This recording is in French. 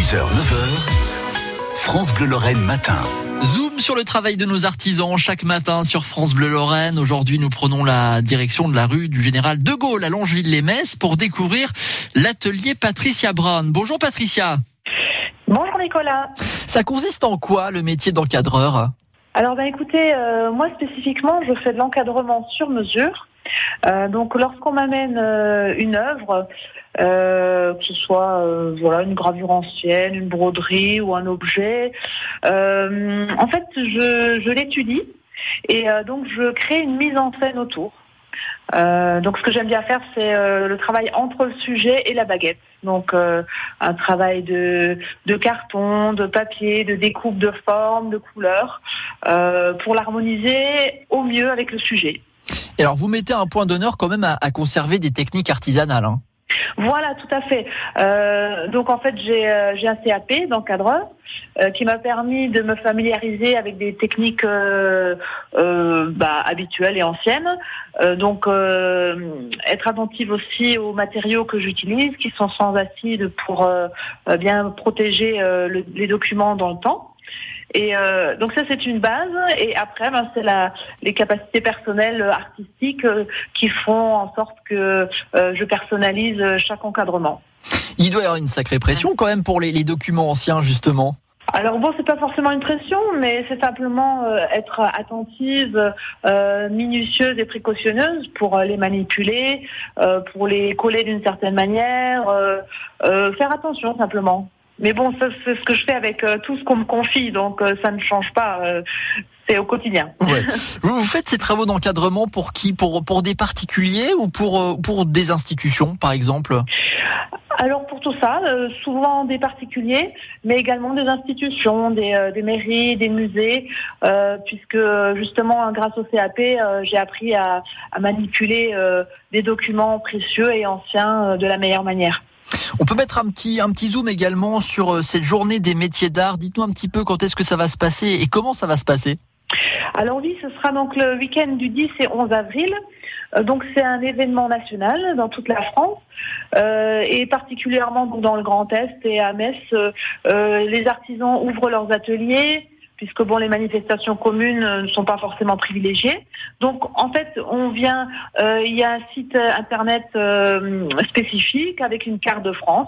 6h, 9h, France Bleu Lorraine matin. Zoom sur le travail de nos artisans chaque matin sur France Bleu Lorraine. Aujourd'hui, nous prenons la direction de la rue du Général de Gaulle à Longeville-les-Metz pour découvrir l'atelier Patricia Brown. Bonjour Patricia. Bonjour Nicolas. Ça consiste en quoi le métier d'encadreur ? Alors écoutez, moi spécifiquement, je fais de l'encadrement sur mesure. Donc lorsqu'on m'amène une œuvre, que ce soit une gravure ancienne, une broderie ou un objet, en fait je l'étudie et donc je crée une mise en scène autour. Donc ce que j'aime bien faire, c'est le travail entre le sujet et la baguette. Donc un travail de carton, de papier, de découpe de forme, de couleurs, pour l'harmoniser au mieux avec le sujet. Et alors vous mettez un point d'honneur quand même à conserver des techniques artisanales, hein. Voilà, tout à fait. Donc en fait, j'ai un CAP d'encadreur qui m'a permis de me familiariser avec des techniques habituelles et anciennes. Donc être attentive aussi aux matériaux que j'utilise, qui sont sans acide pour bien protéger les documents dans le temps. Et donc ça c'est une base, et après c'est les capacités personnelles artistiques qui font en sorte que je personnalise chaque encadrement. Il doit y avoir une sacrée pression quand même pour les documents anciens justement. Alors bon, c'est pas forcément une pression, mais c'est simplement être attentive, minutieuse et précautionneuse pour les manipuler, pour les coller d'une certaine manière, faire attention simplement. Mais bon, ça, c'est ce que je fais avec tout ce qu'on me confie, donc ça ne change pas, c'est au quotidien. Ouais. Vous faites ces travaux d'encadrement pour qui ? Pour des particuliers ou pour des institutions, par exemple ? Alors pour tout ça, souvent des particuliers, mais également des institutions, des mairies, des musées, puisque justement grâce au CAP, j'ai appris à manipuler des documents précieux et anciens de la meilleure manière. On peut mettre un petit zoom également sur cette journée des métiers d'art. Dites-nous un petit peu quand est-ce que ça va se passer et comment ça va se passer. Alors oui, ce sera donc le week-end du 10 et 11 avril. Donc c'est un événement national dans toute la France et particulièrement dans le Grand Est et à Metz. Les artisans ouvrent leurs ateliers, puisque les manifestations communes ne sont pas forcément privilégiées. Donc en fait, on vient, il y a un site internet spécifique avec une carte de France.